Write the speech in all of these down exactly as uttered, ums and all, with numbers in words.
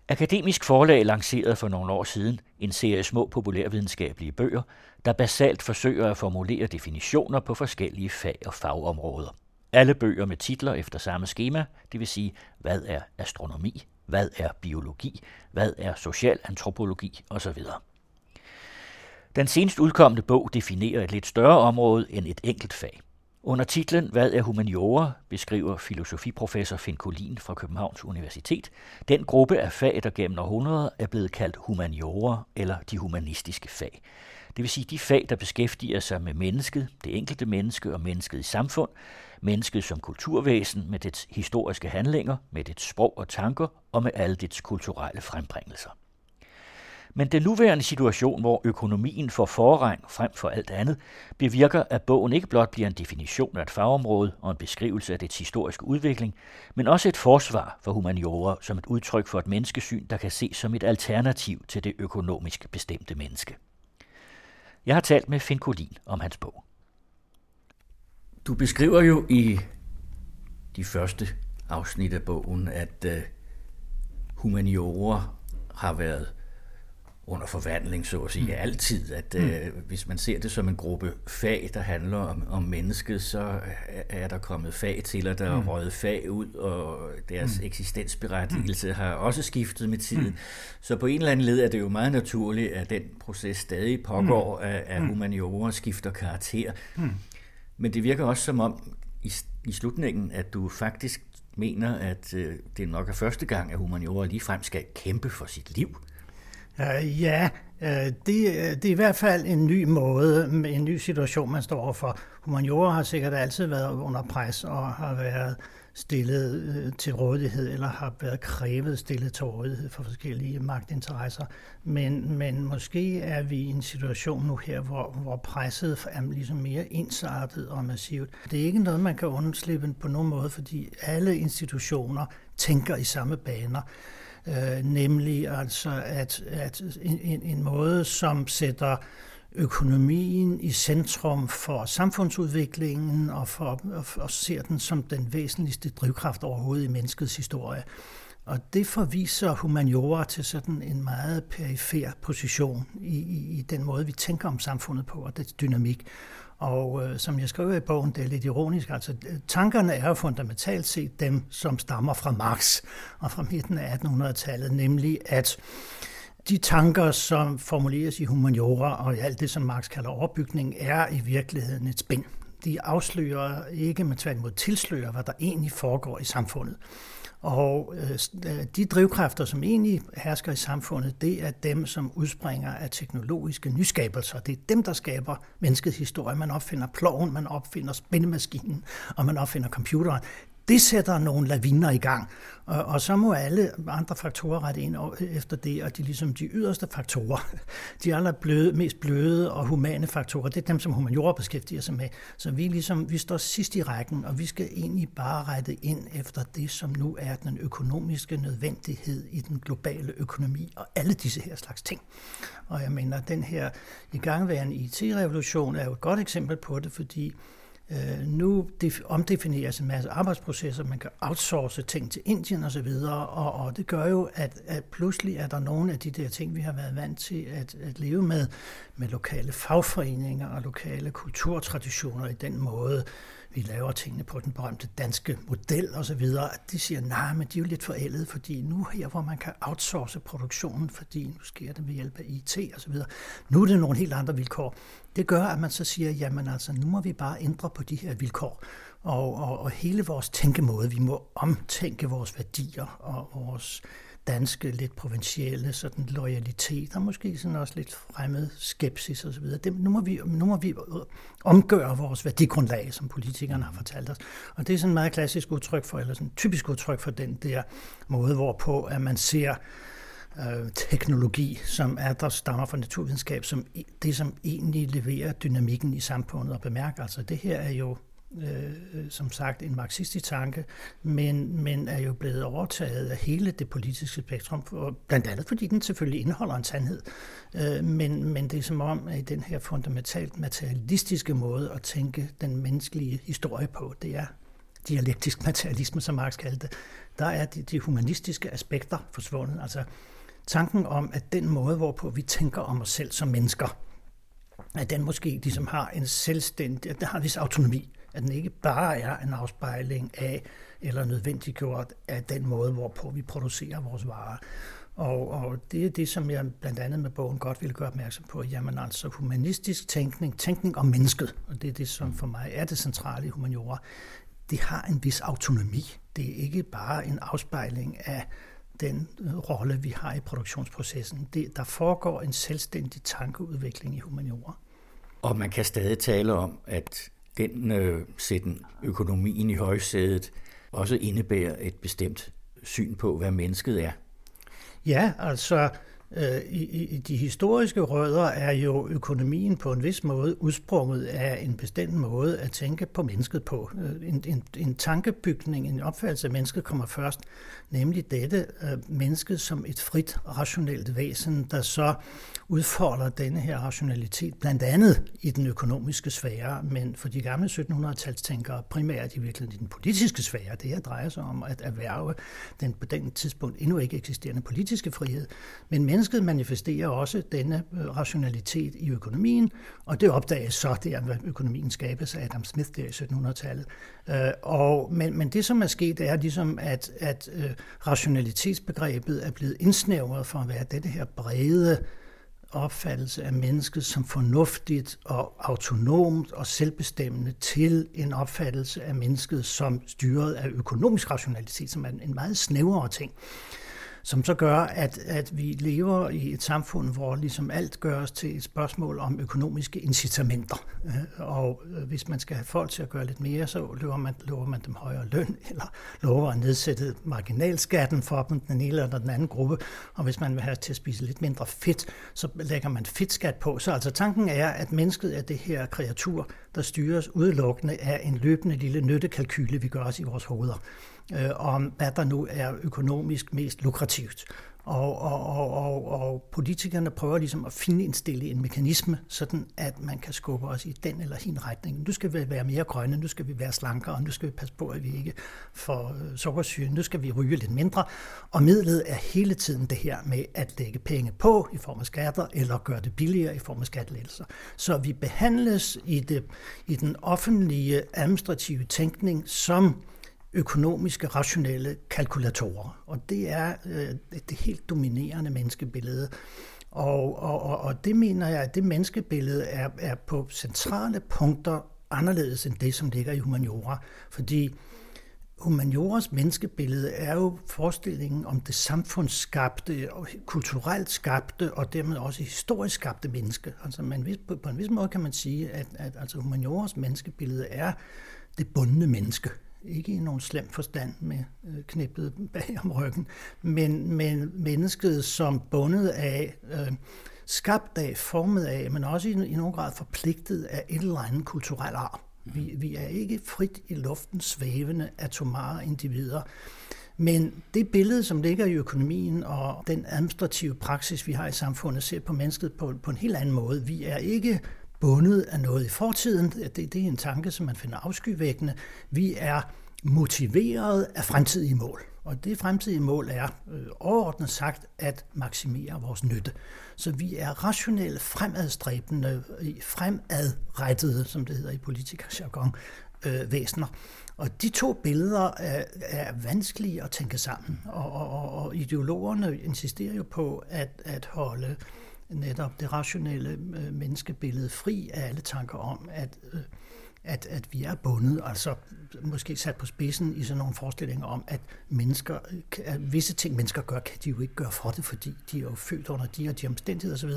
Akademisk Forlag lancerede for nogle år siden en serie små populærvidenskabelige bøger, der basalt forsøger at formulere definitioner på forskellige fag og fagområder. Alle bøger med titler efter samme skema, det vil sige, hvad er astronomi, hvad er biologi, hvad er socialantropologi osv. Den senest udkommende bog definerer et lidt større område end et enkelt fag. Under titlen Hvad er humaniora? Beskriver filosofiprofessor Finn Kolin fra Københavns Universitet den gruppe af fag, der gennem århundreder er blevet kaldt humaniora eller de humanistiske fag. Det vil sige de fag, der beskæftiger sig med mennesket, det enkelte menneske og mennesket i samfund, mennesket som kulturvæsen med dets historiske handlinger, med dets sprog og tanker og med alle dets kulturelle frembringelser. Men den nuværende situation, hvor økonomien får forrang frem for alt andet, bevirker, at bogen ikke blot bliver en definition af et fagområde og en beskrivelse af dets historiske udvikling, men også et forsvar for humaniora som et udtryk for et menneskesyn, der kan ses som et alternativ til det økonomisk bestemte menneske. Jeg har talt med Finn Kolin om hans bog. Du beskriver jo i de første afsnit af bogen, at uh, humaniora har været under forvandling, så at sige, mm. altid, at mm. øh, hvis man ser det som en gruppe fag, der handler om, om mennesket, så er der kommet fag til, og der er mm. røget fag ud, og deres mm. eksistensberettigelse har også skiftet med tiden. Mm. Så på en eller anden led er det jo meget naturligt, at den proces stadig pågår, mm. at, at humaniora skifter karakter. Mm. Men det virker også som om, i, i slutningen, at du faktisk mener, at øh, det nok er første gang, at humaniora ligefrem skal kæmpe for sit liv. Uh, ja, uh, det, det er i hvert fald en ny måde, en ny situation, man står overfor. Humaniora har sikkert altid været under pres og har været stillet uh, til rådighed, eller har været krævet stillet til rådighed for forskellige magtinteresser. Men, men måske er vi i en situation nu her, hvor, hvor presset er ligesom mere ensartet og massivt. Det er ikke noget, man kan undslippe på nogen måde, fordi alle institutioner tænker i samme baner. Øh, nemlig altså at, at en, en, en måde, som sætter økonomien i centrum for samfundsudviklingen og, for, og, og ser den som den væsentligste drivkraft overhovedet i menneskets historie. Og det forviser humaniora til sådan en meget perifer position i, i, i den måde, vi tænker om samfundet på og dets dynamik. Og øh, som jeg skriver i bogen, det er lidt ironisk, altså tankerne er jo fundamentalt set dem, som stammer fra Marx og fra midten af attenhundredetallet, nemlig at de tanker, som formuleres i humaniora og i alt det, som Marx kalder overbygning, er i virkeligheden et spin. De afslører ikke, men tværtimod tilslører, hvad der egentlig foregår i samfundet. Og øh, de drivkræfter, som egentlig hersker i samfundet, det er dem, som udspringer af teknologiske nyskabelser. Det er dem, der skaber menneskets historie. Man opfinder ploven, man opfinder spændemaskinen, og man opfinder computeren. Det sætter nogle laviner i gang, og, og så må alle andre faktorer rette ind efter det, og de, ligesom de yderste faktorer, de aller bløde, mest bløde og humane faktorer, det er dem, som humaniora beskæftiger sig med. Så vi, ligesom, vi står sidst i rækken, og vi skal egentlig bare rette ind efter det, som nu er den økonomiske nødvendighed i den globale økonomi, og alle disse her slags ting. Og jeg mener, den her igangværende I T-revolution er jo et godt eksempel på det, fordi Uh, nu def- omdefineres en masse arbejdsprocesser, man kan outsource ting til Indien og så videre, og, og det gør jo, at, at pludselig er der nogle af de der ting, vi har været vant til at, at leve med, med lokale fagforeninger og lokale kulturtraditioner i den måde, vi laver tingene på den berømte danske model og så videre, at de siger, nej, men de er jo lidt forældet, fordi nu her, hvor man kan outsource produktionen, fordi nu sker det ved hjælp af I T og så videre, nu er det nogle helt andre vilkår. Det gør, at man så siger, jamen altså, nu må vi bare ændre på de her vilkår, og, og, og hele vores tænkemåde, vi må omtænke vores værdier og vores danske, lidt provincielle sådan loyalitet, og måske sådan også lidt fremmed skepsis og så videre. Det, nu, må vi, nu må vi omgøre vores værdigrundlag, som politikerne har fortalt os. Og det er sådan et meget klassisk udtryk for, eller sådan et typisk udtryk for den der måde, hvorpå at man ser øh, teknologi, som er der stammer fra naturvidenskab, som det, som egentlig leverer dynamikken i samfundet og bemærker. Altså det her er jo Øh, som sagt en marxistisk tanke, men, men er jo blevet overtaget af hele det politiske spektrum, for, blandt andet fordi den selvfølgelig indeholder en sandhed. Øh, men, men det er som om, at i den her fundamentalt materialistiske måde at tænke den menneskelige historie på, det er dialektisk materialisme, som Marx kaldte det, der er de, de humanistiske aspekter forsvundet. Altså tanken om, at den måde, hvorpå vi tænker om os selv som mennesker, at den måske ligesom har en selvstændig, der har en vis autonomi, at den ikke bare er en afspejling af, eller nødvendiggjort af den måde, hvorpå vi producerer vores varer. Og, og det er det, som jeg blandt andet med bogen godt ville gøre opmærksom på. Jamen altså humanistisk tænkning, tænkning om mennesket, og det er det, som for mig er det centrale i humaniora, det har en vis autonomi. Det er ikke bare en afspejling af den rolle, vi har i produktionsprocessen. Det, der foregår en selvstændig tankeudvikling i humaniora. Og man kan stadig tale om, at den øh, sætten økonomien i højsædet også indebærer et bestemt syn på, hvad mennesket er. Ja, altså øh, i, i de historiske rødder er jo økonomien på en vis måde udsprunget af en bestemt måde at tænke på mennesket på. En, en, en tankebygning, en opfattelse af mennesket kommer først, nemlig dette øh, mennesket som et frit, rationelt væsen, der så udfolder denne her rationalitet, blandt andet i den økonomiske sfære, men for de gamle sytten hundrede-talstænkere primært i virkeligheden i den politiske sfære. Det her drejer sig om at erhverve den på den tidspunkt endnu ikke eksisterende politiske frihed. Men mennesket manifesterer også denne rationalitet i økonomien, og det opdages så der, hvad økonomien skabes af Adam Smith der i sytten hundrede-tallet. Og, men, men det, som er sket, er ligesom, at, at rationalitetsbegrebet er blevet indsnævret for at være dette her brede opfattelse af mennesket som fornuftigt og autonomt og selvbestemmende til en opfattelse af mennesket som styret af økonomisk rationalitet, som er en meget snævrere ting, som så gør, at, at vi lever i et samfund, hvor ligesom alt gøres til et spørgsmål om økonomiske incitamenter. Og hvis man skal have folk til at gøre lidt mere, så lover man, lover man dem højere løn, eller lover at nedsætte marginalskatten for dem, den ene eller den anden gruppe. Og hvis man vil have til at spise lidt mindre fedt, så lægger man fedtskat på. Så altså tanken er, at mennesket er det her kreatur, der styres udelukkende af en løbende lille nyttekalkyle, vi gør os i vores hoveder, øh, om hvad der nu er økonomisk mest lukrativt. Og, og, og, og, og politikerne prøver ligesom at finindstille en mekanisme, sådan at man kan skubbe os i den eller hin retning. Nu skal vi være mere grønne, nu skal vi være slankere, nu skal vi passe på, at vi ikke får sukkersyge, nu skal vi ryge lidt mindre. Og midlet er hele tiden det her med at lægge penge på i form af skatter, eller gøre det billigere i form af skattelettelser. Så vi behandles i, det, i den offentlige administrative tænkning som økonomiske, rationelle kalkulatorer. Og det er øh, det helt dominerende menneskebillede. Og, og, og det mener jeg, at det menneskebillede er, er på centrale punkter anderledes end det, som ligger i humaniora. Fordi humanioras menneskebillede er jo forestillingen om det samfundsskabte og kulturelt skabte og dermed også historisk skabte menneske. Altså man, på, på en vis måde kan man sige, at, at altså humanoras menneskebillede er det bundne menneske. Ikke i nogen slem forstand med øh, knippet bag om ryggen, men, men mennesket som bundet af, øh, skabt af, formet af, men også i, i nogen grad forpligtet af et eller andet kulturel arv. Vi, vi er ikke frit i luften svævende atomare individer. Men det billede, som ligger i økonomien og den administrative praksis, vi har i samfundet, ser på mennesket på, på en helt anden måde. Vi er ikke bundet af noget i fortiden. Det, det er en tanke, som man finder afskyvækkende. Vi er motiveret af fremtidige mål. Og det fremtidige mål er øh, overordnet sagt at maksimere vores nytte. Så vi er rationelle, fremadstræbende, fremadrettede, som det hedder i politikerjargon, øh, væsener. Og de to billeder er, er vanskelige at tænke sammen. Og, og, og ideologerne insisterer jo på at, at holde netop det rationelle øh, menneskebillede fri af alle tanker om, at, øh, at, at vi er bundet, altså måske sat på spidsen i sådan nogle forestillinger om, at mennesker, at visse ting mennesker gør, kan de jo ikke gøre for det, fordi de er jo født under de og de omstændigheder osv.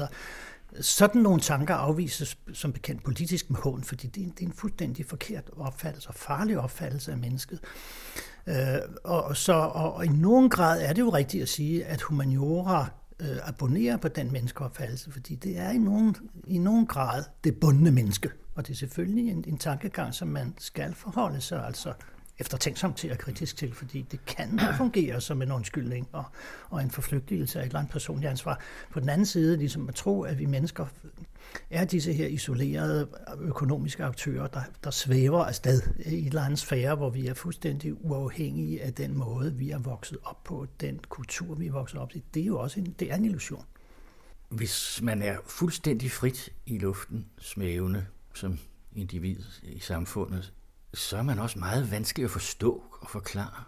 Sådan nogle tanker afvises som bekendt politisk med hån, fordi det er, det er en fuldstændig forkert opfattelse og farlig opfattelse af mennesket. Øh, og, så, og, og i nogen grad er det jo rigtigt at sige, at humaniora abonnerer på den menneskeopfattelse, fordi det er i nogen, i nogen grad det bundne menneske. Og det er selvfølgelig en, en tankegang, som man skal forholde sig altså eftertænksom til og kritisk til, fordi det kan fungere som en undskyldning og, og en forflygtigelse af et eller andet personligt ansvar. På den anden side, ligesom at tro, at vi mennesker er disse her isolerede økonomiske aktører, der, der svæver afsted i et eller andet sfære, hvor vi er fuldstændig uafhængige af den måde, vi er vokset op på, den kultur, vi er vokset op i. Det er jo også en, det er en illusion. Hvis man er fuldstændig frit i luften, svævende som individ i samfundet, så er man også meget vanskelig at forstå og forklare.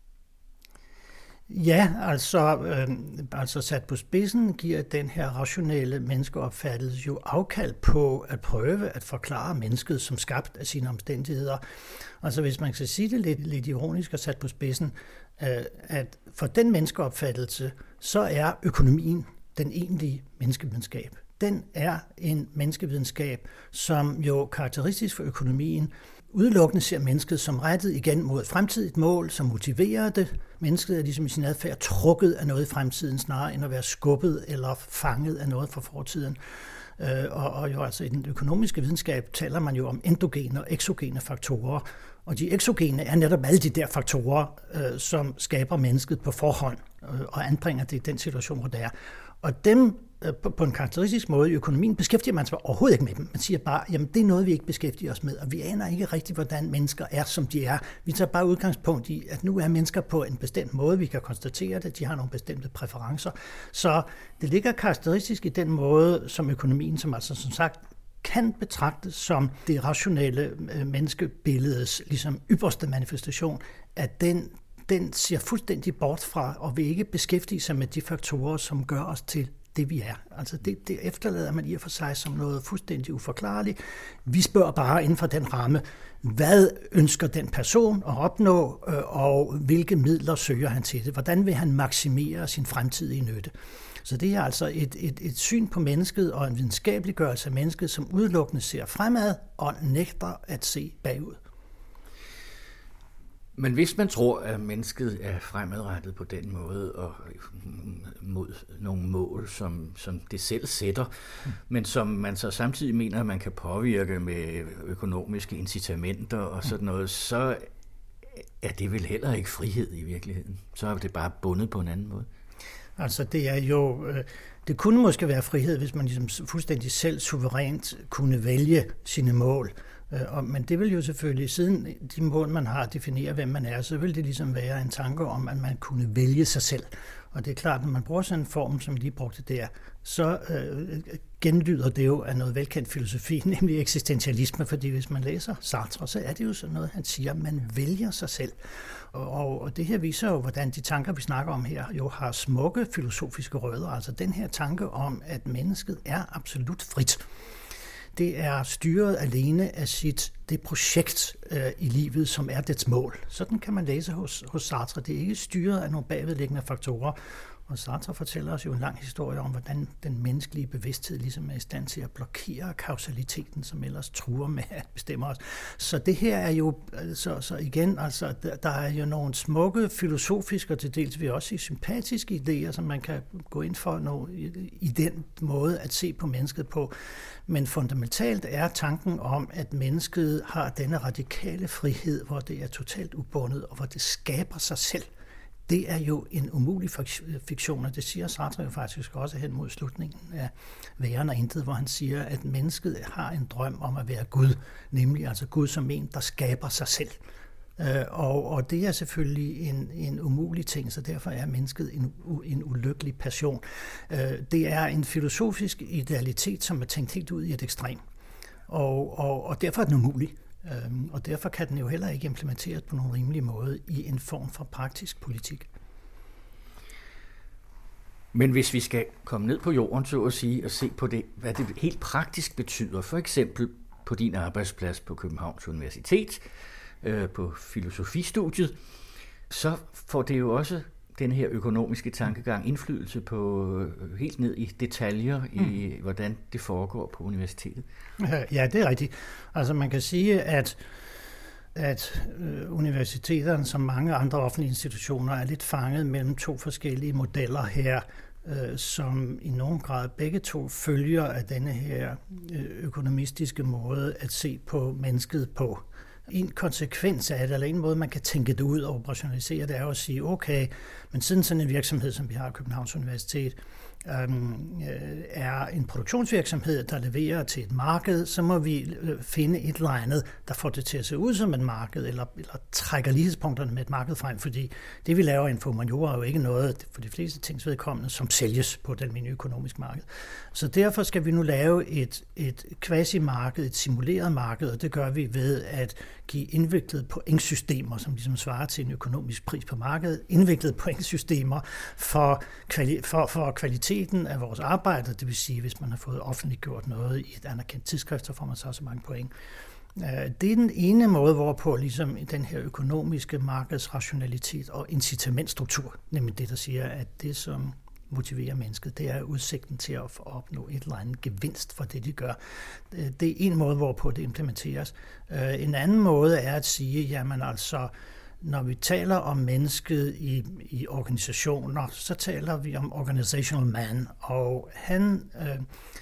Ja, altså, øh, altså sat på spidsen giver den her rationelle menneskeopfattelse jo afkald på at prøve at forklare mennesket som skabt af sine omstændigheder. Altså hvis man skal sige det lidt, lidt ironisk og sat på spidsen, øh, at for den menneskeopfattelse, så er økonomien den egentlige menneskevidenskab. Den er en menneskevidenskab, som jo karakteristisk for økonomien udelukkende ser mennesket som rettet igen mod et fremtidigt mål, som motiverer det. Mennesket er ligesom i sin adfærd trukket af noget i fremtiden, snarere end at være skubbet eller fanget af noget fra fortiden. Og, og jo altså i den økonomiske videnskab taler man jo om endogene og exogene faktorer. Og de exogene er netop alle de der faktorer, øh, som skaber mennesket på forhånd øh, og anbringer det i den situation, hvor det er. Og dem øh, på, på en karakteristisk måde i økonomien beskæftiger man sig overhovedet ikke med dem. Man siger bare, jamen det er noget, vi ikke beskæftiger os med, og vi aner ikke rigtigt, hvordan mennesker er, som de er. Vi tager bare udgangspunkt i, at nu er mennesker på en bestemt måde, vi kan konstatere det, de har nogle bestemte præferencer. Så det ligger karakteristisk i den måde, som økonomien, som altså som sagt kan betragtes som det rationelle menneskebilledes ligesom ypperste manifestation, at den, den ser fuldstændig bort fra og vil ikke beskæftige sig med de faktorer, som gør os til det, vi er. Altså det, det efterlader man i og for sig som noget fuldstændig uforklarligt. Vi spørger bare inden for den ramme, hvad ønsker den person at opnå, og hvilke midler søger han til det? Hvordan vil han maksimere sin fremtidige nytte? Så det er altså et, et, et syn på mennesket og en videnskabeliggørelse af mennesket, som udelukkende ser fremad og nægter at se bagud. Men hvis man tror, at mennesket er fremadrettet på den måde og mod nogle mål, som, som det selv sætter, mm. men som man så samtidig mener, at man kan påvirke med økonomiske incitamenter og sådan noget, så er det vel heller ikke frihed i virkeligheden. Så er det bare bundet på en anden måde. Altså det er jo, det kunne måske være frihed, hvis man ligesom fuldstændig selv suverænt kunne vælge sine mål. Men det vil jo selvfølgelig, siden de mål, man har, definere, hvem man er, så vil det ligesom være en tanke om, at man kunne vælge sig selv. Og det er klart, når man bruger sådan en form, som vi lige brugte der, så øh, genlyder det jo af noget velkendt filosofi, nemlig eksistentialisme, fordi hvis man læser Sartre, så er det jo sådan noget, han siger, at man vælger sig selv. Og, og det her viser jo, hvordan de tanker, vi snakker om her, jo har smukke filosofiske rødder. Altså den her tanke om, at mennesket er absolut frit. Det er styret alene af sit, det projekt øh, i livet, som er dets mål. Sådan kan man læse hos, hos Sartre. Det er ikke styret af nogle bagvedliggende faktorer. Og Sartre fortæller os jo en lang historie om, hvordan den menneskelige bevidsthed ligesom er i stand til at blokere kausaliteten, som ellers truer med at bestemme os. Så det her er jo, så, så igen, altså, der er jo nogle smukke filosofiske og til dels vil også sige sympatiske idéer, som man kan gå ind for nu, i, i den måde at se på mennesket på. Men fundamentalt er tanken om, at mennesket har denne radikale frihed, hvor det er totalt ubundet, og hvor det skaber sig selv. Det er jo en umulig fiktion, og det siger Sartre jo faktisk også hen mod slutningen af Væren og Intet, hvor han siger, at mennesket har en drøm om at være Gud, nemlig altså Gud som en, der skaber sig selv. Og, og det er selvfølgelig en, en umulig ting, så derfor er mennesket en, en ulykkelig passion. Det er en filosofisk idealitet, som er tænkt helt ud i et ekstrem, og, og, og derfor er den umulig. Og derfor kan den jo heller ikke implementeres på nogen rimelig måde i en form for praktisk politik. Men hvis vi skal komme ned på jorden, så at sige, og se på det, hvad det helt praktisk betyder, for eksempel på din arbejdsplads på Københavns Universitet, øh, på filosofistudiet, så får det jo også den her økonomiske tankegang indflydelse på helt ned i detaljer i, mm. hvordan det foregår på universitetet. Ja, det er rigtigt. Altså man kan sige, at, at universiteterne, som mange andre offentlige institutioner, er lidt fanget mellem to forskellige modeller her, som i nogen grad begge to følger af denne her økonomistiske måde at se på mennesket på. En konsekvens af det, eller en måde, man kan tænke det ud og operationalisere, det er jo at sige, okay, men siden sådan en virksomhed, som vi har i Københavns Universitet, øhm, øh, er en produktionsvirksomhed, der leverer til et marked, så må vi øh, finde et eller andet, der får det til at se ud som et marked, eller, eller trækker lighedspunkterne med et marked frem, fordi det, vi laver inden for humaniora, er jo ikke noget, for de fleste tings vedkommende, som sælges på den almindelige økonomiske marked. Så derfor skal vi nu lave et, et quasi-marked, et simuleret marked, og det gør vi ved at give indviklede pointsystemer, som ligesom svarer til en økonomisk pris på markedet, indviklede pointsystemer for, kvali- for, for kvaliteten af vores arbejde, det vil sige, hvis man har fået offentliggjort noget i et anerkendt tidsskrift, så får man så så mange point. Det er den ene måde, hvorpå ligesom den her økonomiske markedsrationalitet og incitamentstruktur, nemlig det, der siger, at det, som motiverer mennesket, det er udsigten til at opnå et eller andet gevinst for det, de gør. Det er en måde, hvorpå det implementeres. En anden måde er at sige, jamen altså, når vi taler om mennesket i, i organisationer, så taler vi om organizational man, og han øh,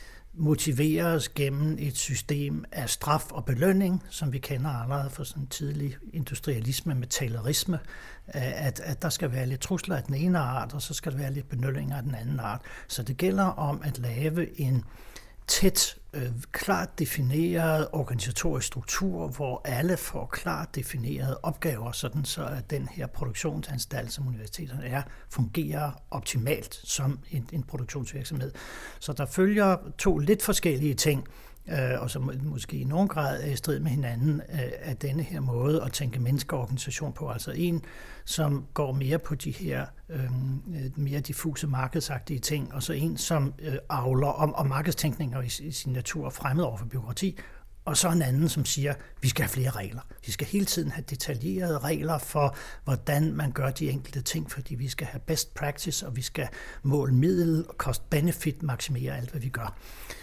motiveres gennem et system af straf og belønning, som vi kender allerede fra sådan tidlig industrialisme med taylorisme, at, at der skal være lidt trusler af den ene art, og så skal der være lidt belønninger af den anden art. Så det gælder om at lave en tæt, øh, klart defineret organisatorisk struktur, hvor alle får klart definerede opgaver, sådan så at den her produktionsanstalt, som universiteterne er, fungerer optimalt som en, en produktionsvirksomhed. Så der følger to lidt forskellige ting, øh, og som måske i nogen grad er i strid med hinanden øh, af denne her måde at tænke menneskeorganisation på. Altså en, som går mere på de her øh, mere diffuse markedsagtige ting, og så en, som øh, avler om, om markedstænkning og i, i sin natur fremmed over for bureaukrati, og så en anden, som siger, vi skal have flere regler. Vi skal hele tiden have detaljerede regler for, hvordan man gør de enkelte ting, fordi vi skal have best practice, og vi skal måle middel og cost-benefit, maksimere alt, hvad vi gør.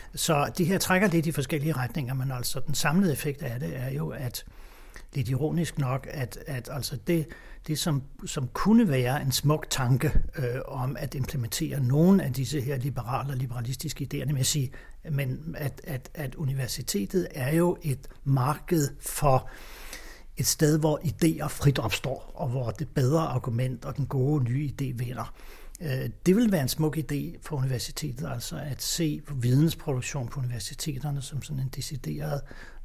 Så det her trækker lidt i forskellige retninger, men altså den samlede effekt af det er jo, at lidt ironisk nok, at, at altså det, det som, som kunne være en smuk tanke øh, om at implementere nogle af disse her liberale og liberalistiske idéer, nemlig at sige, men at, at, at universitetet er jo et marked for et sted, hvor idéer frit opstår, og hvor det bedre argument og den gode nye idé vinder. Det vil være en smuk idé for universitetet, altså at se vidensproduktion på universiteterne som sådan en decideret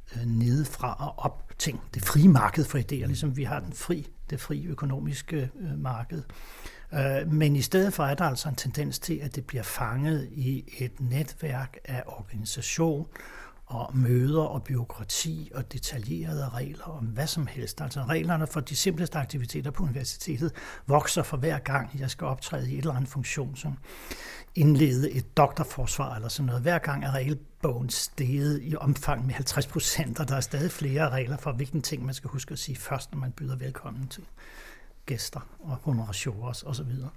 nedefra og op ting. Det frie marked for idéer, ligesom vi har den fri, det frie økonomiske marked. Men i stedet for er der altså en tendens til, at det bliver fanget i et netværk af organisation og møder og byråkrati og detaljerede regler om hvad som helst. Altså reglerne for de simpleste aktiviteter på universitetet vokser for hver gang, jeg skal optræde i et eller andet funktion, som indlede et doktorforsvar eller sådan noget. Hver gang er regelbogen steget i omfang med halvtreds procent, og der er stadig flere regler for, hvilken ting man skal huske at sige først, når man byder velkommen til gæster og honoratiorer og så videre.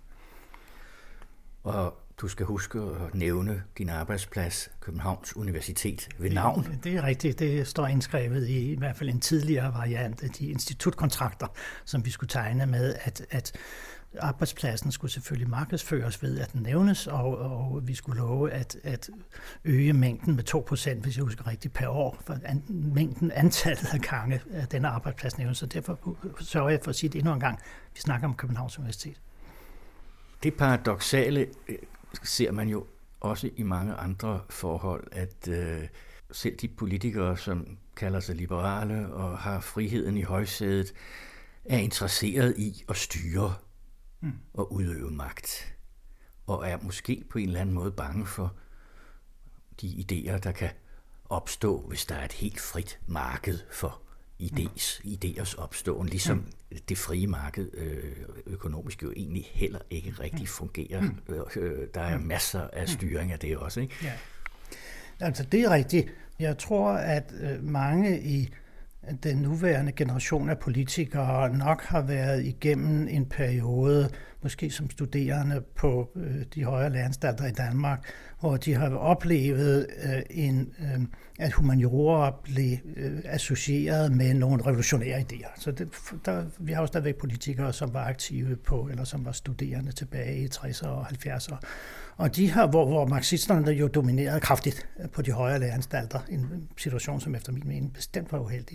Og du skal huske at nævne din arbejdsplads, Københavns Universitet, ved navn. Det, det er rigtigt. Det står indskrevet i i hvert fald en tidligere variant af de institutkontrakter, som vi skulle tegne med, at, at arbejdspladsen skulle selvfølgelig markedsføres ved, at den nævnes, og, og vi skulle love at, at øge mængden med to procent, hvis jeg husker rigtigt, per år, for an, mængden antallet af gange af denne arbejdsplads nævnes. Så derfor sørger jeg for at sige det endnu en gang. Vi snakker om Københavns Universitet. Det paradoksale ser man jo også i mange andre forhold, at øh, selv de politikere, som kalder sig liberale og har friheden i højsædet, er interesseret i at styre mm. og udøve magt. Og er måske på en eller anden måde bange for de idéer, der kan opstå, hvis der er et helt frit marked for idés, mm. idéers opståen, ligesom mm. det frie marked øh, økonomisk jo egentlig heller ikke rigtig fungerer. Mm. Øh, der er masser af styring af det også, ikke? Ja. Altså det er rigtigt. Jeg tror, at øh, mange i den nuværende generation af politikere nok har været igennem en periode, måske som studerende på øh, de højere læreanstalter i Danmark, hvor de har oplevet, øh, en, øh, at humaniora blev øh, associeret med nogle revolutionære idéer. Så det, der, vi har jo stadigvæk politikere, som var aktive på, eller som var studerende tilbage i tresserne og halvfjerdserne. Og de her, hvor, hvor marxisterne jo dominerede kraftigt på de højere læreanstalter, en situation, som efter min mening bestemt var uheldig.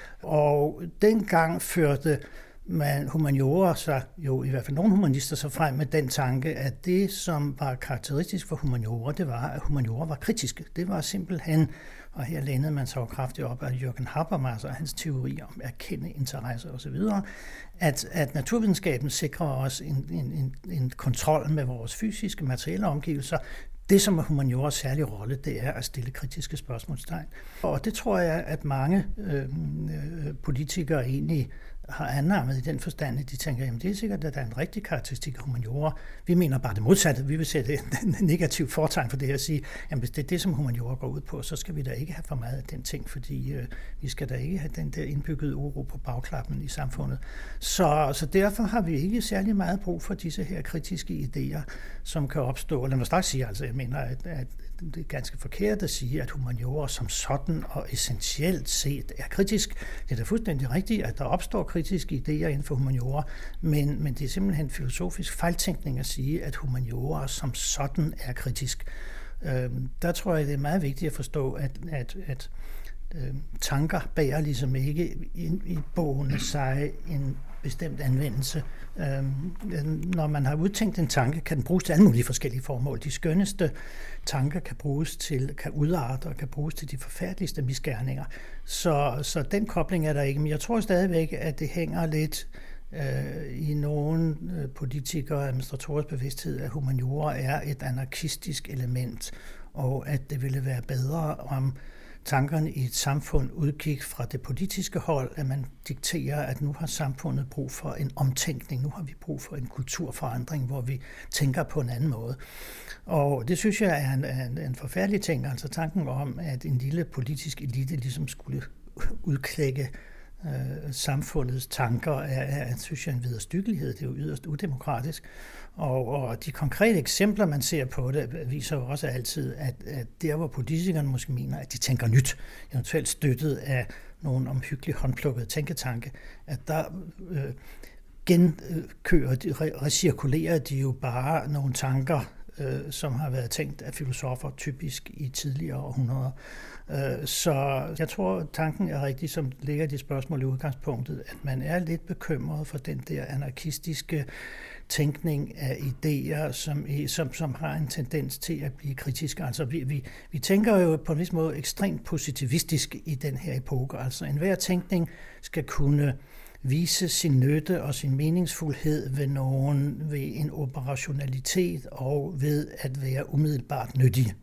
Og dengang førte man humaniora sig, jo i hvert fald nogle humanister, så frem med den tanke, at det, som var karakteristisk for humaniora, det var, at humaniora var kritiske. Det var simpelthen, og her lænede man sig jo kraftigt op af Jürgen Habermas og hans teori om erkende interesser osv., at, at naturvidenskaben sikrer os en, en, en, en kontrol med vores fysiske materielle omgivelser. Det, som er humanioras særlige rolle, det er at stille kritiske spørgsmålstegn. Og det tror jeg, at mange øh, politikere egentlig har anammet i den forstand, at de tænker, jamen det er sikkert, at der er en rigtig karakteristik af humaniora. Vi mener bare det modsatte. Vi vil sætte en negativ fortegn for det her og sige, jamen hvis det er det, som humaniora går ud på, så skal vi da ikke have for meget af den ting, fordi øh, vi skal da ikke have den der indbyggede uro på bagklappen i samfundet. Så, så derfor har vi ikke særlig meget brug for disse her kritiske idéer, som kan opstå. Lad mig straks sige, altså jeg mener, at, at det er ganske forkert at sige, at humaniora som sådan og essentielt set er kritisk. Det er da fuldstændig rigtigt, at der opstår kritiske idéer inden for humaniora, men, men det er simpelthen filosofisk fejltænkning at sige, at humaniora som sådan er kritisk. Øhm, der tror jeg, det er meget vigtigt at forstå, at, at, at øh, tanker bærer ligesom ikke i bogen sig en bestemt anvendelse. Øhm, når man har udtænkt en tanke, kan den bruges til alle mulige forskellige formål. De skønneste tanker kan bruges til, kan udarte og kan bruges til de forfærdeligste misgerninger. Så, så den kobling er der ikke. Men jeg tror stadigvæk, at det hænger lidt øh, i nogle politikere og administratorers bevidsthed, at humaniora er et anarkistisk element, og at det ville være bedre om tankerne i et samfund udgik fra det politiske hold, at man dikterer, at nu har samfundet brug for en omtænkning, nu har vi brug for en kulturforandring, hvor vi tænker på en anden måde. Og det synes jeg er en, en, en forfærdelig ting, altså tanken om, at en lille politisk elite ligesom skulle udklække øh, samfundets tanker, er, er synes jeg, en vederstyggelighed. Det er jo yderst udemokratisk. Og, og de konkrete eksempler, man ser på det, viser jo også altid, at, at der, hvor politikerne måske mener, at de tænker nyt, eventuelt støttet af nogle omhyggeligt håndplukkede tænketanke, at der øh, genkører, de, recirkulerer de jo bare nogle tanker, øh, som har været tænkt af filosofer typisk i tidligere århundreder. Øh, så jeg tror, tanken er rigtig, som ligger i de spørgsmål i udgangspunktet, at man er lidt bekymret for den der anarkistiske tænkning af idéer, som, som, som har en tendens til at blive kritiske. Altså vi, vi, vi tænker jo på en vis måde ekstremt positivistisk i den her epoke. Altså enhver tænkning skal kunne vise sin nytte og sin meningsfuldhed ved nogen, ved en operationalitet og ved at være umiddelbart nyttig.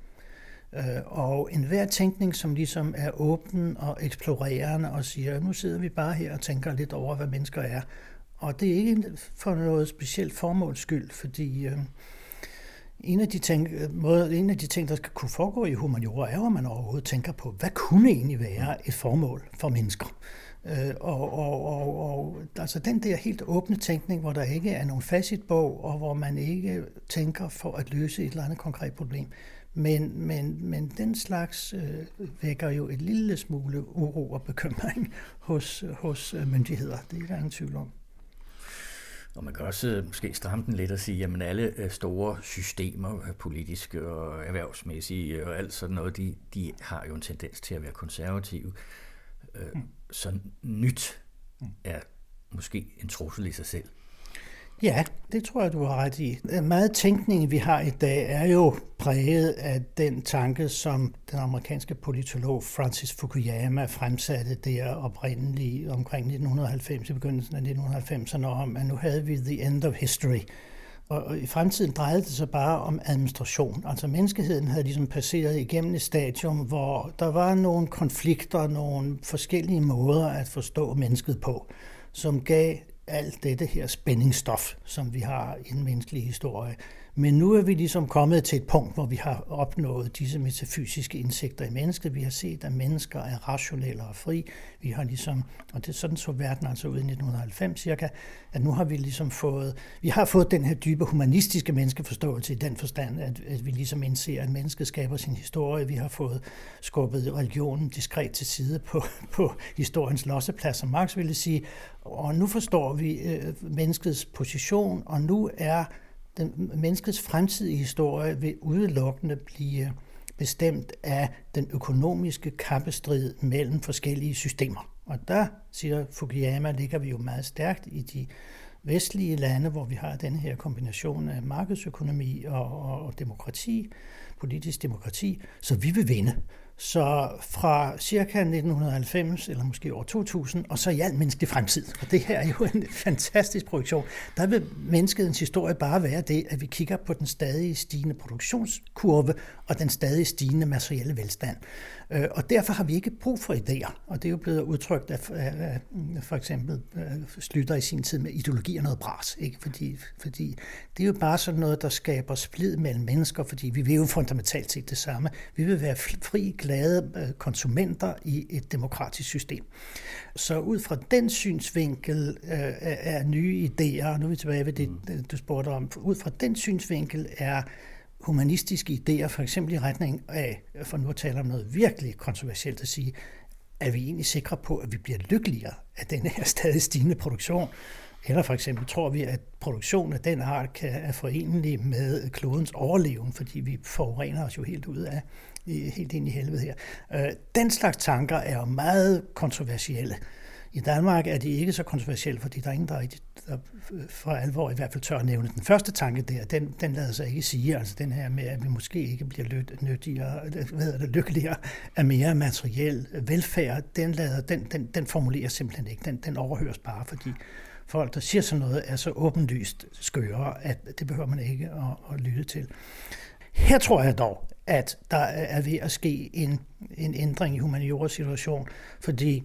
Og enhver tænkning, som ligesom er åben og eksplorerende og siger, nu sidder vi bare her og tænker lidt over, hvad mennesker er. Og det er ikke for noget specielt formåls skyld, fordi øh, en, af de ting, måde, en af de ting, der skal kunne foregå i humaniora, er jo, at man overhovedet tænker på, hvad kunne egentlig være et formål for mennesker? Øh, og, og, og, og altså den der helt åbne tænkning, hvor der ikke er nogen facitbog, og hvor man ikke tænker for at løse et eller andet konkret problem. Men, men, men den slags øh, vækker jo et lille smule uro og bekymring hos, hos myndigheder. Det er der ingen tvivl om. Og man kan også måske stramme den lidt og sige, at alle store systemer, politiske og erhvervsmæssige og alt sådan noget, de, de har jo en tendens til at være konservative. Mm. Så nyt er måske en trussel i sig selv. Ja, det tror jeg, du har ret i. Meget tænkning, vi har i dag, er jo præget af den tanke, som den amerikanske politolog Francis Fukuyama fremsatte der oprindeligt omkring nitten halvfems, i begyndelsen af nitten halvfemserne, om, at nu havde vi the end of history. Og i fremtiden drejede det sig bare om administration. Altså menneskeheden havde ligesom passeret igennem et stadium, hvor der var nogle konflikter, nogle forskellige måder at forstå mennesket på, som gav alt dette her spændingsstof, som vi har i den menneskelige historie, Men nu er vi ligesom kommet til et punkt, hvor vi har opnået disse metafysiske indsigter i mennesket. Vi har set, at mennesker er rationelle og fri. Vi har ligesom, og det sådan så verden altså ud i nitten halvfems cirka, at nu har vi ligesom fået, vi har fået den her dybe humanistiske menneskeforståelse i den forstand, at, at vi ligesom indser, at mennesket skaber sin historie. Vi har fået skubbet religionen diskret til side på, på historiens losseplads, som Marx ville sige. Og nu forstår vi øh, menneskets position, og nu er den menneskets fremtidige historie vil udelukkende blive bestemt af den økonomiske kappestrid mellem forskellige systemer. Og der, siger Fukuyama, ligger vi jo meget stærkt i de vestlige lande, hvor vi har den her kombination af markedsøkonomi og, og, og demokrati, politisk demokrati, så vi vil vinde. Så fra cirka nitten halvfems, eller måske år to tusind, og så i al menneskelig fremtid. Og det her er jo en fantastisk projektion. Der vil menneskets historie bare være det, at vi kigger på den stadig stigende produktionskurve og den stadig stigende materielle velstand. Og derfor har vi ikke brug for idéer. Og det er jo blevet udtrykt af, af for eksempel Slytter i sin tid med ideologi og noget bras. Ikke? Fordi, fordi det er jo bare sådan noget, der skaber splid mellem mennesker, fordi vi vil jo fundamentalt set det samme. Vi vil være fri, glade konsumenter i et demokratisk system. Så ud fra den synsvinkel øh, er nye idéer, og nu er vi tilbage ved det, du spurgte om, ud fra den synsvinkel er humanistiske idéer, for eksempel i retning af, for nu at tale om noget virkelig kontroversielt at sige, er vi egentlig sikre på, at vi bliver lykkeligere af den her stadig stigende produktion? Eller for eksempel tror vi, at produktion af den art kan er forenelig med klodens overleven, fordi vi forurener os jo helt ud af, helt ind i helvede her. Den slags tanker er jo meget kontroversielle. I Danmark er de ikke så kontroversielle, fordi der er ingen, der, der for alvor i hvert fald tør at nævne den første tanke der. Den, den lader sig ikke sige, altså den her med, at vi måske ikke bliver nyttigere, hvad hedder det, lykkeligere af mere materiel velfærd. Den, lader, den, den, den formulerer simpelthen ikke. Den, den overhøres bare, fordi folk, der siger sådan noget, er så åbenlyst skøre, at det behøver man ikke at, at lytte til. Her tror jeg dog, at der er ved at ske en, en ændring i humanioras situation, fordi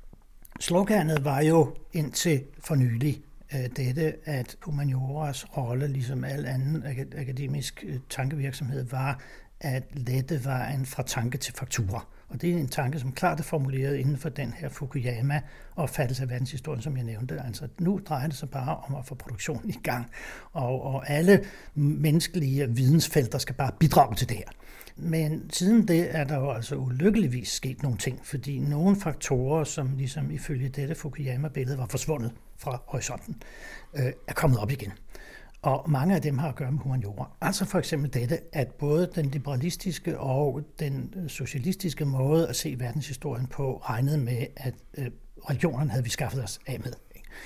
sloganet var jo indtil for nylig dette, at humanioras rolle, ligesom al anden akademisk tankevirksomhed, var at lette vejen fra tanke til faktura. Og det er en tanke, som klart er formuleret inden for den her Fukuyama-opfattelse af verdenshistorien, som jeg nævnte. Altså nu drejer det sig bare om at få produktionen i gang, og, og alle menneskelige vidensfelter skal bare bidrage til det her. Men siden det er der jo altså ulykkeligvis sket nogle ting, fordi nogle faktorer, som ligesom ifølge dette Fukuyama-billede var forsvundet fra horisonten, øh, er kommet op igen. Og mange af dem har at gøre med humaniora. Altså for eksempel dette, at både den liberalistiske og den socialistiske måde at se verdenshistorien på regnede med, at øh, religionerne havde vi skaffet os af med.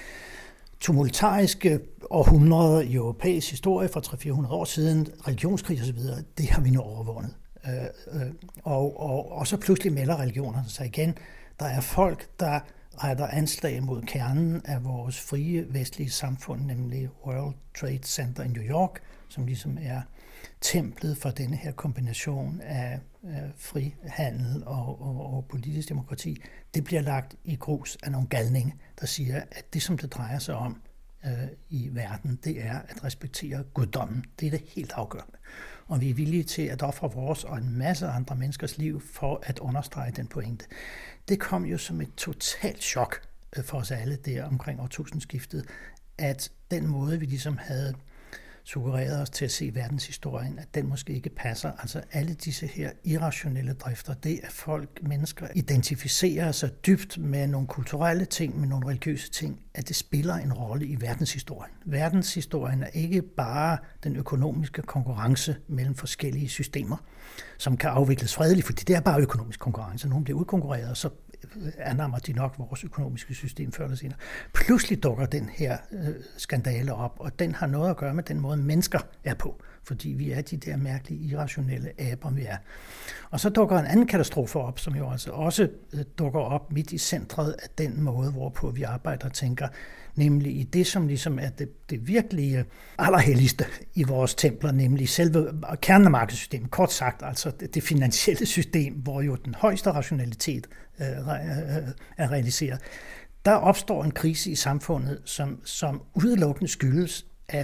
Tumultariske århundreder i europæisk historie fra tre til fire hundrede år siden, religionskrig osv., det har vi nu overvundet. Øh, øh, og, og, og så pludselig melder religionerne sig igen. Der er folk, der retter anslag mod kernen af vores frie vestlige samfund, nemlig World Trade Center i New York, som ligesom er templet for denne her kombination af, af frihandel og, og, og politisk demokrati. Det bliver lagt i grus af nogle galninge, der siger, at det, som det drejer sig om øh, i verden, det er at respektere guddommen. Det er det helt afgørende. Og vi er villige til at ofre vores og en masse andre menneskers liv for at understrege den pointe. Det kom jo som et totalt chok for os alle der omkring årtusindskiftet, at den måde, vi ligesom havde suggereret os til at se verdenshistorien, at den måske ikke passer. Altså alle disse her irrationelle drifter, det at folk, mennesker, identificerer sig dybt med nogle kulturelle ting, med nogle religiøse ting, at det spiller en rolle i verdenshistorien. Verdenshistorien er ikke bare den økonomiske konkurrence mellem forskellige systemer, som kan afvikles fredeligt, fordi det er bare økonomisk konkurrence. Nogle bliver udkonkurreret, og så anammer de nok vores økonomiske system før eller senere. Pludselig dukker den her øh, skandale op, og den har noget at gøre med den måde, mennesker er på, fordi vi er de der mærkelige, irrationelle aber, vi er. Og så dukker en anden katastrofe op, som jo altså også øh, dukker op midt i centret af den måde, hvorpå vi arbejder og tænker, nemlig i det, som ligesom er det, det virkelige allerhelligste i vores templer, nemlig selve kernen af markedssystemet, kort sagt, altså det, det finansielle system, hvor jo den højeste rationalitet øh, er realiseret. Der opstår en krise i samfundet, som, som udelukkende skyldes, at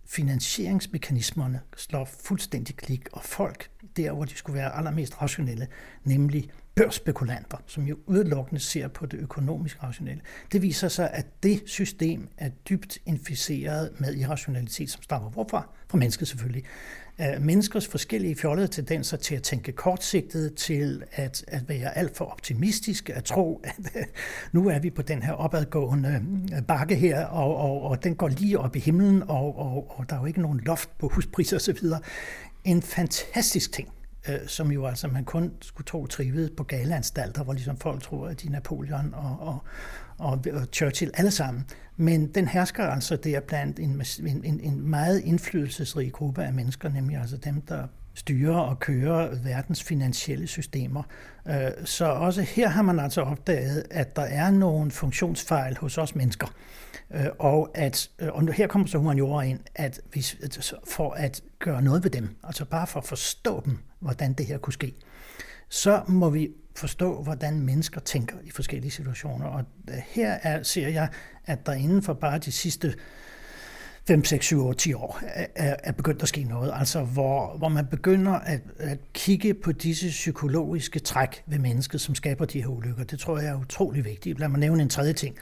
finansieringsmekanismerne slår fuldstændig klik, og folk, der hvor de skulle være allermest rationelle, nemlig børsspekulanter, som jo udelukkende ser på det økonomisk rationelle. Det viser sig, at det system er dybt inficeret med irrationalitet, som stammer hvorfra? Fra mennesket selvfølgelig. Menneskers forskellige fjollede tendenser til at tænke kortsigtet, til at, at være alt for optimistiske, at tro, at nu er vi på den her opadgående bakke her, og, og, og den går lige op i himlen, og, og, og der er jo ikke nogen loft på huspriser osv. En fantastisk ting, som jo altså man kun skulle tro trivede på galeanstalter, hvor ligesom folk tror, at de Napoleon og, og, og, og Churchill alle sammen. Men den hersker altså der blandt en, en, en meget indflydelsesrig gruppe af mennesker, nemlig altså dem, der styrer og kører verdens finansielle systemer. Så også her har man altså opdaget, at der er nogle funktionsfejl hos os mennesker. Og, at, og her kommer så humaniora ind, at vi, for at gøre noget ved dem, altså bare for at forstå dem, hvordan det her kunne ske, så må vi forstå, hvordan mennesker tænker i forskellige situationer. Og her er, ser jeg, at der inden for bare de sidste fem, seks, syv, otte, ti år er, er begyndt at ske noget. Altså hvor, hvor man begynder at, at kigge på disse psykologiske træk ved mennesket, som skaber de her ulykker. Det tror jeg er utrolig vigtigt. Lad mig nævne en tredje ting.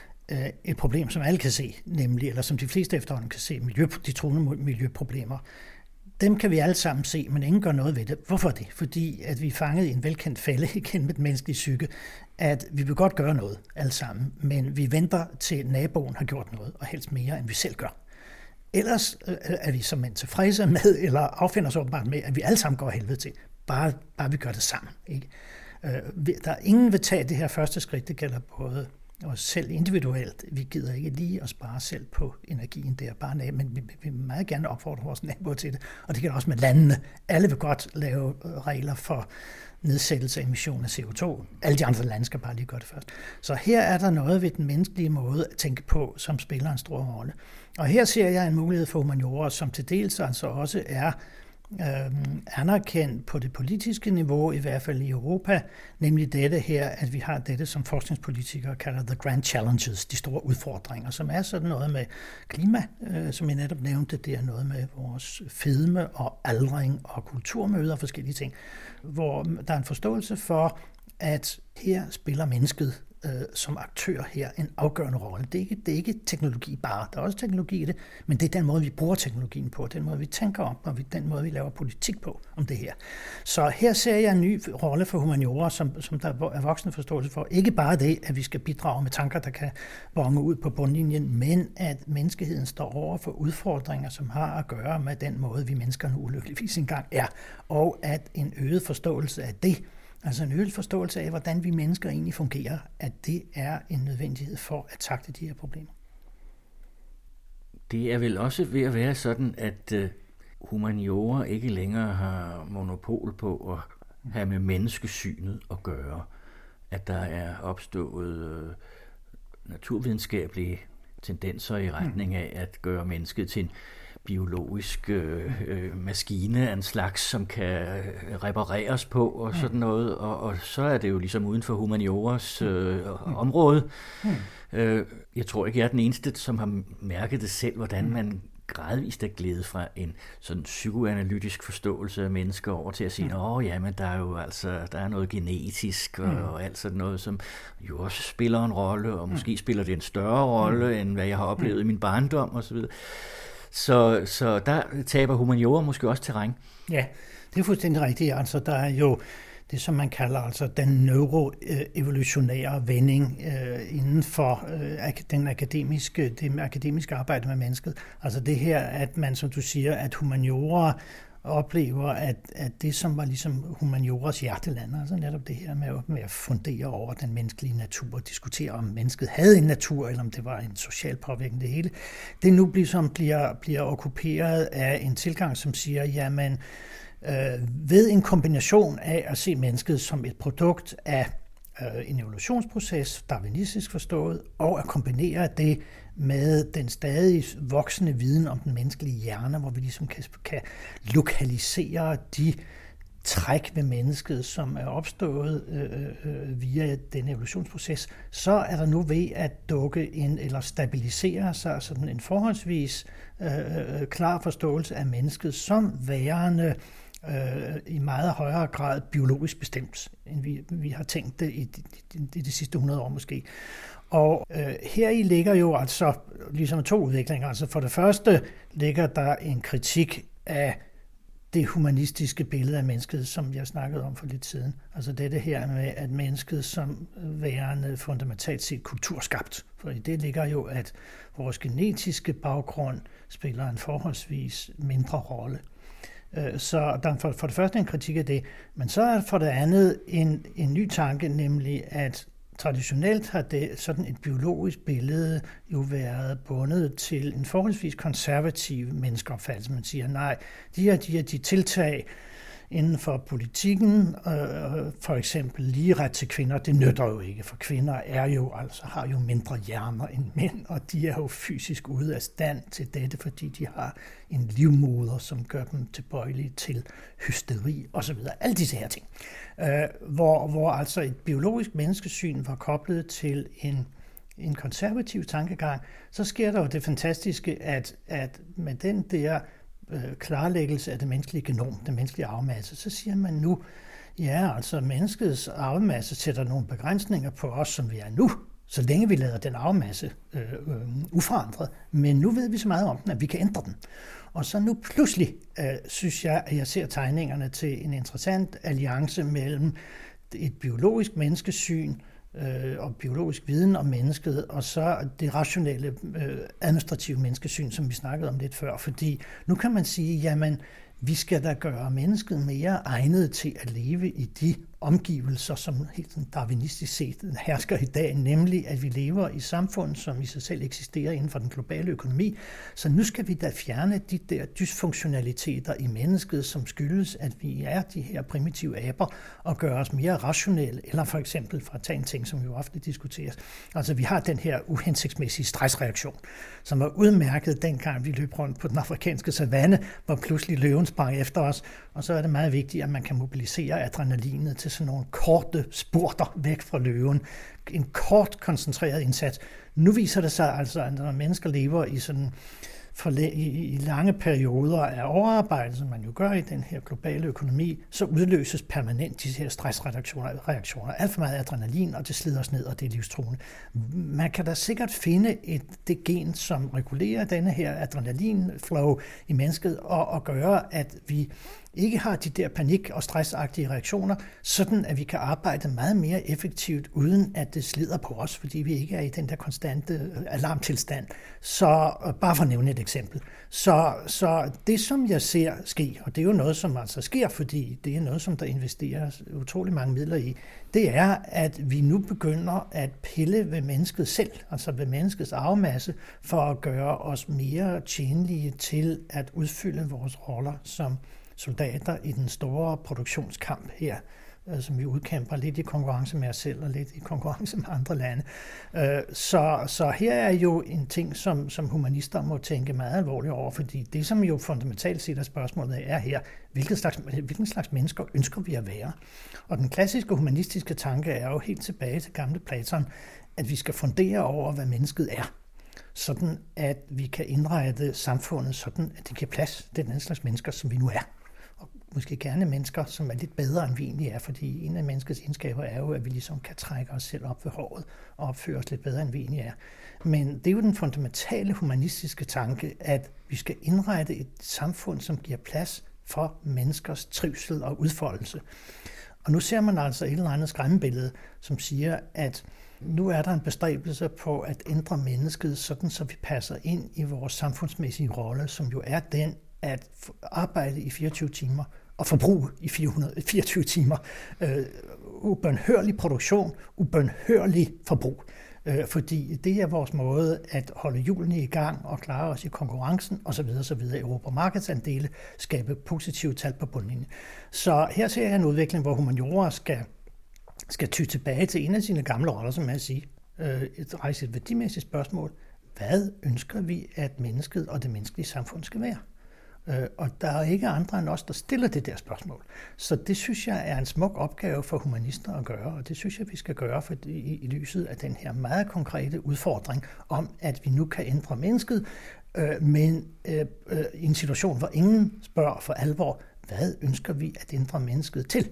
Et problem, som alle kan se, nemlig, eller som de fleste efterhånden kan se, miljø, de truende miljøproblemer. Dem kan vi alle sammen se, men ingen gør noget ved det. Hvorfor det? Fordi at vi er fanget i en velkendt fælde igen med den menneskelige psyke, at vi vil godt gøre noget alle sammen, men vi venter til naboen har gjort noget, og helst mere, end vi selv gør. Ellers er vi som mænd tilfredse med, eller affinder os åbenbart med, at vi alle sammen går helvede til. Bare, bare vi gør det sammen. Ikke? Der er ingen vil tage det her første skridt, det gælder både os selv individuelt. Vi gider ikke lige at spare selv på energien der, bare nab- men vi vil meget gerne opfordre vores naboer til det. Og det gælder også med landene. Alle vil godt lave regler for nedsættelse af emission af C O to. Alle de andre lande skal bare lige gøre det først. Så her er der noget ved den menneskelige måde at tænke på, som spiller en stor rolle. Og her ser jeg en mulighed for humaniora, som til dels altså også er øh, anerkendt på det politiske niveau, i hvert fald i Europa, nemlig dette her, at vi har dette, som forskningspolitikere kalder the grand challenges, de store udfordringer, som er sådan noget med klima, øh, som jeg netop nævnte, det er noget med vores fedme og aldring og kulturmøder og forskellige ting, hvor der er en forståelse for, at her spiller mennesket øh, som aktør her en afgørende rolle. Det er, ikke, det er ikke teknologi bare, der er også teknologi i det, men det er den måde, vi bruger teknologien på, den måde, vi tænker om, og den måde, vi laver politik på om det her. Så her ser jeg en ny rolle for humaniora, som, som der er voksende forståelse for. Ikke bare det, at vi skal bidrage med tanker, der kan bonge ud på bundlinjen, men at menneskeheden står over for udfordringer, som har at gøre med den måde, vi mennesker nu ulykkeligvis engang er, og at en øget forståelse af det, altså en øget forståelse af, hvordan vi mennesker egentlig fungerer, at det er en nødvendighed for at takle de her problemer. Det er vel også ved at være sådan, at humaniora ikke længere har monopol på at have med menneskesynet at gøre. At der er opstået naturvidenskabelige tendenser i retning af at gøre mennesket til en biologisk øh, maskine af en slags, som kan repareres på og sådan noget, og, og så er det jo ligesom uden for humanioras øh, område. Øh, jeg tror ikke, jeg er den eneste, som har mærket det selv, hvordan man gradvist er glædet fra en sådan psykoanalytisk forståelse af mennesker over til at sige, åh ja, men der er jo altså der er noget genetisk og, og alt sådan noget, som jo også spiller en rolle, og måske spiller det en større rolle, end hvad jeg har oplevet i min barndom og så videre. Så, så der taber humaniora måske også terræn. Ja, det er fuldstændig rigtigt. Altså, der er jo det, som man kalder altså den neuroevolutionære vending øh, inden for øh, den akademiske, det akademiske arbejde med mennesket. Altså det her, at man, som du siger, at humaniora oplever, at, at det, som var ligesom humanioras hjerteland, altså netop det her med, med at fundere over den menneskelige natur, og diskutere, om mennesket havde en natur, eller om det var en social påvirkning, det hele, det nu ligesom bliver, bliver okkuperet af en tilgang, som siger, jamen, øh, ved en kombination af at se mennesket som et produkt af øh, en evolutionsproces, darwinistisk forstået, og at kombinere det med den stadig voksende viden om den menneskelige hjerne, hvor vi ligesom kan, kan lokalisere de træk ved mennesket, som er opstået øh, øh, via den evolutionsproces, så er der nu ved at dukke en eller stabilisere sig sådan en forholdsvis øh, klar forståelse af mennesket som værende øh, i meget højere grad biologisk bestemt, end vi, vi har tænkt det i de, de, de sidste hundrede år måske. Og øh, heri ligger jo altså ligesom to udviklinger. Altså for det første ligger der en kritik af det humanistiske billede af mennesket, som jeg snakkede om for lidt siden. Altså dette her med, at mennesket som værende fundamentalt set kulturskabt. For i det ligger jo, at vores genetiske baggrund spiller en forholdsvis mindre rolle. Så der er for, for det første en kritik af det, men så er for det andet en, en ny tanke, nemlig at traditionelt har det sådan et biologisk billede jo været bundet til en forholdsvis konservativ menneskeopfattelse. Man siger, nej, de her, de her de tiltag inden for politikken, øh, for eksempel lige ret til kvinder, det nytter jo ikke, for kvinder er jo, altså, har jo mindre hjerner end mænd, og de er jo fysisk ude af stand til dette, fordi de har en livmoder, som gør dem tilbøjelige til hysteri osv. Alle disse her ting. Øh, hvor, hvor altså et biologisk menneskesyn var koblet til en en konservativ tankegang, så sker der jo det fantastiske, at, at med den der klarlæggelse af det menneskelige genom, den menneskelige arvemasse, så siger man nu, ja, altså menneskets arvemasse sætter nogle begrænsninger på os, som vi er nu, så længe vi lader den arvemasse øh, øh, uforandret, men nu ved vi så meget om den, at vi kan ændre den. Og så nu pludselig øh, synes jeg, at jeg ser tegningerne til en interessant alliance mellem et biologisk menneskesyn og biologisk viden om mennesket, og så det rationelle øh, administrative menneskesyn, som vi snakkede om lidt før. Fordi nu kan man sige, jamen, vi skal da gøre mennesket mere egnet til at leve i de omgivelser, som helt darwinistisk set hersker i dag, nemlig at vi lever i samfund, som i sig selv eksisterer inden for den globale økonomi. Så nu skal vi da fjerne de der dysfunktionaliteter i mennesket, som skyldes, at vi er de her primitive aber, og gøre os mere rationelle, eller for eksempel, for at tage en ting, som jo ofte diskuteres, altså vi har den her uhensigtsmæssige stressreaktion, som var udmærket dengang vi løb rundt på den afrikanske savanne, hvor pludselig løven sprang efter os, og så er det meget vigtigt, at man kan mobilisere adrenalinet til sådan nogle korte spurter væk fra løven. En kort, koncentreret indsats. Nu viser det sig altså, at når mennesker lever i sådan for i lange perioder af overarbejde, som man jo gør i den her globale økonomi, så udløses permanent de her stressreaktioner, reaktioner. Alt for meget adrenalin, og det slider os ned, og det er livstruende. Man kan da sikkert finde et, det gen, som regulerer denne her adrenalinflow i mennesket, og, og gøre, at vi ikke har de der panik- og stressagtige reaktioner, sådan at vi kan arbejde meget mere effektivt, uden at det slider på os, fordi vi ikke er i den der konstante alarmtilstand. Så bare for at nævne et eksempel. Så, så det, som jeg ser ske, og det er jo noget, som altså sker, fordi det er noget, som der investeres utrolig mange midler i, det er, at vi nu begynder at pille ved mennesket selv, altså ved menneskets arvemasse, for at gøre os mere tjenlige til at udfylde vores roller som soldater i den store produktionskamp her, som vi udkæmper lidt i konkurrence med os selv og lidt i konkurrence med andre lande. Så, så her er jo en ting, som, som humanister må tænke meget alvorligt over, fordi det, som jo fundamentalt set er spørgsmålet er her, hvilken slags, hvilken slags mennesker ønsker vi at være? Og den klassiske humanistiske tanke er jo helt tilbage til gamle Platon, at vi skal fundere over, hvad mennesket er, sådan at vi kan indrette samfundet sådan, at det giver plads til den slags mennesker, som vi nu er. Og måske gerne mennesker, som er lidt bedre, end vi egentlig er, fordi en af menneskets egenskaber er jo, at vi ligesom kan trække os selv op ved håret og opføre os lidt bedre, end vi egentlig er. Men det er jo den fundamentale humanistiske tanke, at vi skal indrette et samfund, som giver plads for menneskers trivsel og udfoldelse. Og nu ser man altså et eller andet skræmmebillede, som siger, at nu er der en bestræbelse på at ændre mennesket, sådan så vi passer ind i vores samfundsmæssige rolle, som jo er den at arbejde i fireogtyve timer og forbruge i fire hundrede fireogtyve timer. Øh, ubønhørlig produktion, ubønhørlig forbrug. Øh, fordi det er vores måde at holde hjulene i gang og klare os i konkurrencen osv. osv. Europa markedsandele, skabe positive tal på bundlinjen. Så her ser jeg en udvikling, hvor humaniora skal skal ty tilbage til en af sine gamle roller, som er at sige, øh, et rejse et værdimæssigt spørgsmål. Hvad ønsker vi, at mennesket og det menneskelige samfund skal være? Og der er ikke andre end os, der stiller det der spørgsmål. Så det synes jeg er en smuk opgave for humanister at gøre, og det synes jeg, vi skal gøre for i, i lyset af den her meget konkrete udfordring om, at vi nu kan ændre mennesket, øh, men øh, øh, i en situation, hvor ingen spørger for alvor, hvad ønsker vi at ændre mennesket til?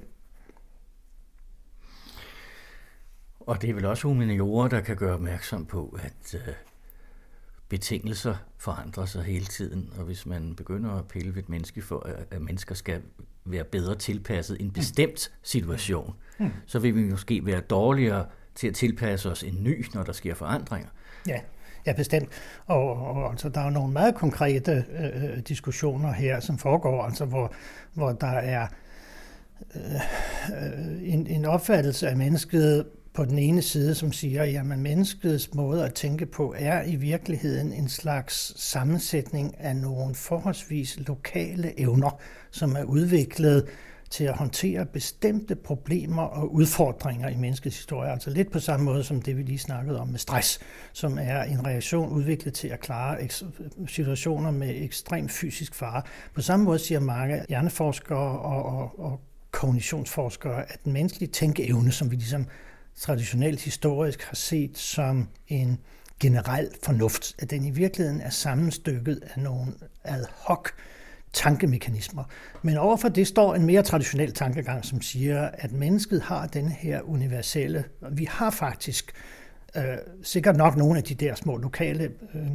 Og det er vel også humaniorer, der kan gøre opmærksom på, at øh, betingelser forandrer sig hele tiden, og hvis man begynder at pille ved et menneske for, at mennesker skal være bedre tilpasset en bestemt situation, mm. så vil vi måske være dårligere til at tilpasse os en ny, når der sker forandringer. Ja. Ja, bestemt. Og, og altså, der er jo nogle meget konkrete øh, diskussioner her, som foregår, altså hvor, hvor der er øh, en, en opfattelse af mennesket på den ene side, som siger, at menneskets måde at tænke på er i virkeligheden en slags sammensætning af nogle forholdsvis lokale evner, som er udviklet til at håndtere bestemte problemer og udfordringer i menneskets historie. Altså lidt på samme måde som det, vi lige snakkede om med stress, som er en reaktion udviklet til at klare situationer med ekstrem fysisk fare. På samme måde siger mange hjerneforskere og, og, og kognitionsforskere, at den menneskelige tænkeevne, som vi ligesom traditionelt historisk har set som en generel fornuft, at den i virkeligheden er sammenstykket af nogle ad hoc tankemekanismer. Men overfor det står en mere traditionel tankegang, som siger, at mennesket har den her universelle, vi har faktisk øh, sikkert nok nogle af de der små lokale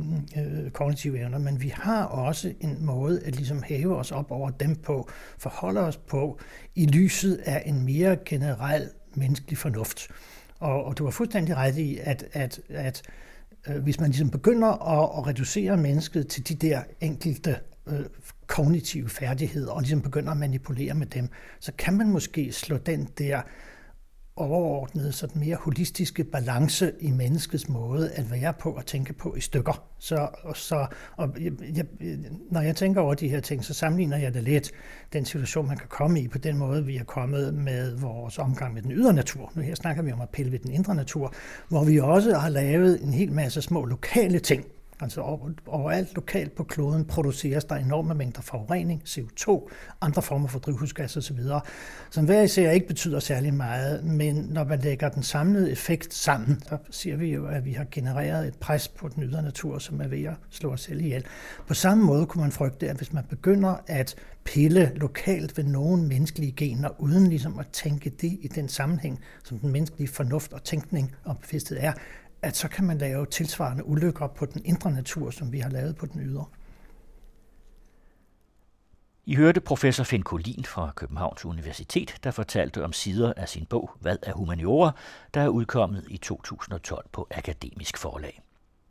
øh, øh, kognitive evner, men vi har også en måde at ligesom hæve os op over dem på, forholde os på i lyset af en mere generel menneskelig fornuft. Og, og du har fuldstændig ret i, at, at, at øh, hvis man ligesom begynder at, at reducere mennesket til de der enkelte øh, kognitive færdigheder, og ligesom begynder at manipulere med dem, så kan man måske slå den der overordnede, sådan mere holistiske balance i menneskets måde at være på og tænke på i stykker. Så, så og jeg, jeg, når jeg tænker over de her ting, så sammenligner jeg det lidt den situation, man kan komme i på den måde, vi er kommet med vores omgang med den ydre natur. Nu her snakker vi om at pille ved den indre natur, hvor vi også har lavet en hel masse små lokale ting. Altså overalt lokalt på kloden produceres der enorme mængder forurening, C O to, andre former for drivhusgas osv., som hver især ikke betyder særlig meget, men når man lægger den samlede effekt sammen, så siger vi jo, at vi har genereret et pres på den ydre natur, som er ved at slå os selv ihjel. På samme måde kunne man frygte, at hvis man begynder at pille lokalt ved nogle menneskelige gener, uden ligesom at tænke det i den sammenhæng, som den menneskelige fornuft og tænkning og bevidsthed er, at så kan man lave tilsvarende ulykker på den indre natur, som vi har lavet på den ydre. I hørte professor Finn Collin fra Københavns Universitet, der fortalte om sider af sin bog Hvad er humaniora?, der er udkommet i to tusind og tolv på Akademisk Forlag.